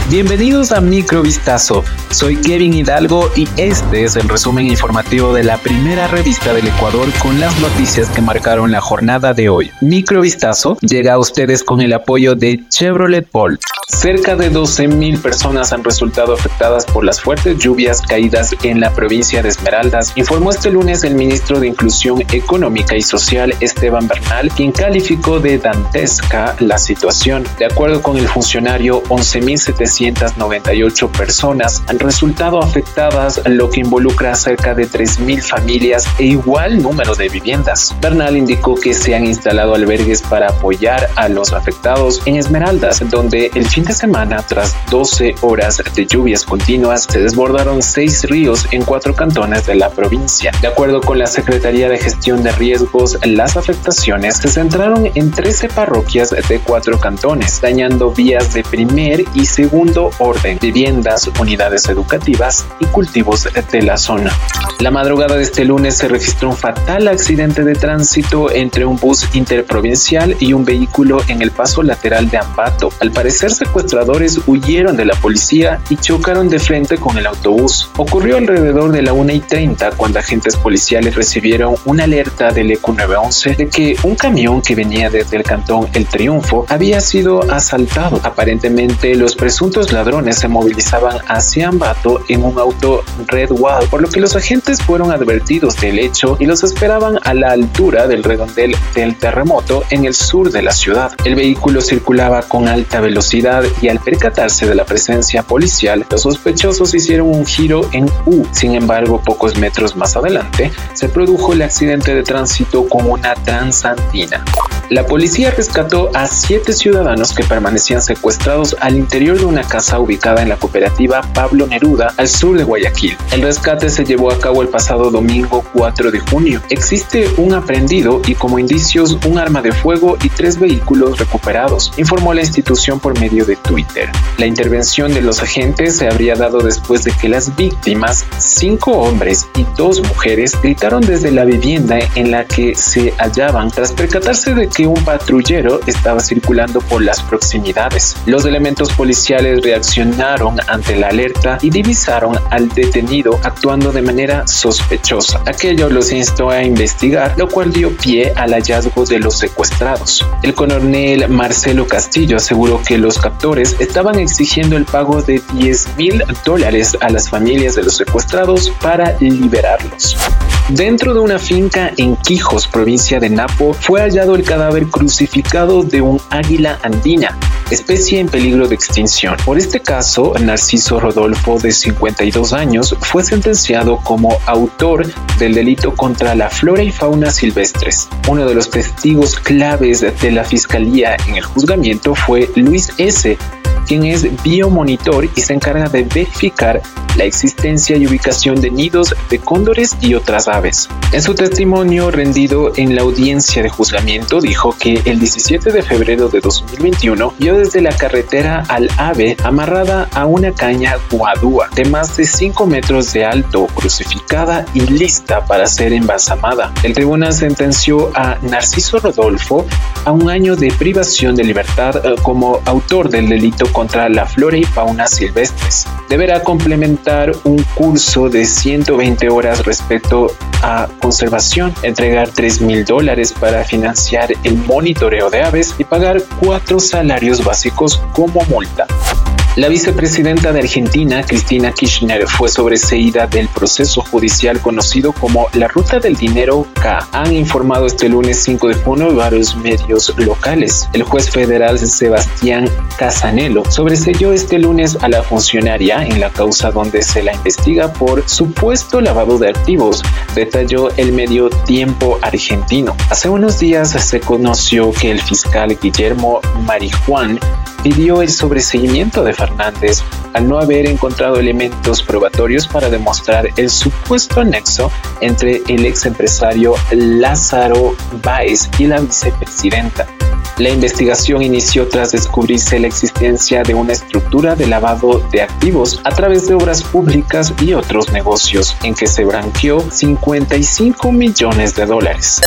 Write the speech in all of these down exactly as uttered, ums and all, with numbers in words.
Bienvenidos a Microvistazo, soy Kevin Hidalgo y este es el resumen informativo de la primera revista del Ecuador con las noticias que marcaron la jornada de hoy. Microvistazo llega a ustedes con el apoyo de Chevrolet Bolt. Cerca de doce mil personas han resultado afectadas por las fuertes lluvias caídas en la provincia de Esmeraldas, informó este lunes el ministro de Inclusión Económica y Social Esteban Bernal, quien calificó de dantesca la situación. De acuerdo con el funcionario, once mil setecientas noventa y ocho personas han resultado afectadas, lo que involucra a cerca de tres mil familias e igual número de viviendas. Bernal indicó que se han instalado albergues para apoyar a los afectados en Esmeraldas, donde el fin de semana, tras doce horas de lluvias continuas, se desbordaron seis ríos en cuatro cantones de la provincia. De acuerdo con la Secretaría de Gestión de Riesgos, las afectaciones se centraron en trece parroquias de cuatro cantones, dañando vías de primer y segundo orden, viviendas, unidades educativas y cultivos de la zona. La madrugada de este lunes se registró un fatal accidente de tránsito entre un bus interprovincial y un vehículo en el paso lateral de Ambato. Al parecer, secuestradores huyeron de la policía y chocaron de frente con el autobús. Ocurrió alrededor de la una y treinta cuando agentes policiales recibieron una alerta del E Q nueve once de que un camión que venía desde el cantón El Triunfo había sido asaltado. Aparentemente, los presuntos ladrones se movilizaban hacia Ambato en un auto Red Wall, por lo que los agentes fueron advertidos del hecho y los esperaban a la altura del redondel del terremoto en el sur de la ciudad. El vehículo circulaba con alta velocidad y al percatarse de la presencia policial, los sospechosos hicieron un giro en U. Sin embargo, pocos metros más adelante, se produjo el accidente de tránsito con una transantina. La policía rescató a siete ciudadanos que permanecían secuestrados al interior de una casa ubicada en la cooperativa Pablo Neruda, al sur de Guayaquil. El rescate se llevó a cabo el pasado domingo cuatro de junio. Existe un aprehendido y como indicios un arma de fuego y tres vehículos recuperados, informó la institución por medio de Twitter. La intervención de los agentes se habría dado después de que las víctimas, cinco hombres y dos mujeres, gritaron desde la vivienda en la que se hallaban tras percatarse de que un patrullero estaba circulando por las proximidades. Los elementos policiales reaccionaron ante la alerta y divisaron al detenido actuando de manera sospechosa. Aquello los instó a investigar, lo cual dio pie al hallazgo de los secuestrados. El coronel Marcelo Castillo aseguró que los captores estaban exigiendo el pago de diez mil dólares a las familias de los secuestrados para liberarlos. Dentro de una finca en Quijos, provincia de Napo, fue hallado el cadáver crucificado de un águila andina, especie en peligro de extinción. Por este caso, Narciso Rodolfo, de cincuenta y dos años, fue sentenciado como autor del delito contra la flora y fauna silvestres. Uno de los testigos claves de la fiscalía en el juzgamiento fue Luis S., quien es biomonitor y se encarga de verificar la existencia y ubicación de nidos de cóndores y otras aves. En su testimonio rendido en la audiencia de juzgamiento, dijo que el diecisiete de febrero de dos mil veintiuno vio desde la carretera al ave amarrada a una caña guadúa de más de cinco metros de alto, crucificada y lista para ser embalsamada. El tribunal sentenció a Narciso Rodolfo a un año de privación de libertad eh, como autor del delito contra la flora y fauna silvestres. Deberá complementar un curso de ciento veinte horas respecto a conservación, entregar tres mil dólares para financiar el monitoreo de aves y pagar cuatro salarios básicos como multa. La vicepresidenta de Argentina, Cristina Kirchner, fue sobreseída del proceso judicial conocido como la Ruta del Dinero K. Han informado este lunes cinco de junio varios medios locales. El juez federal Sebastián Casanello sobreseyó este lunes a la funcionaria en la causa donde se la investiga por supuesto lavado de activos, detalló el medio Tiempo argentino. Hace unos días se conoció que el fiscal Guillermo Marijuán pidió el sobreseimiento de Fernández al no haber encontrado elementos probatorios para demostrar el supuesto nexo entre el ex empresario Lázaro Báez y la vicepresidenta. La investigación inició tras descubrirse la existencia de una estructura de lavado de activos a través de obras públicas y otros negocios en que se blanqueó cincuenta y cinco millones de dólares.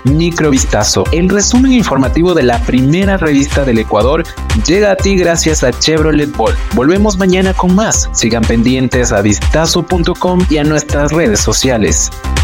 Microvistazo, el resumen informativo de la primera revista del Ecuador, llega a ti gracias a Chevrolet Bolt. Volvemos mañana con más. Sigan pendientes a vistazo punto com y a nuestras redes sociales.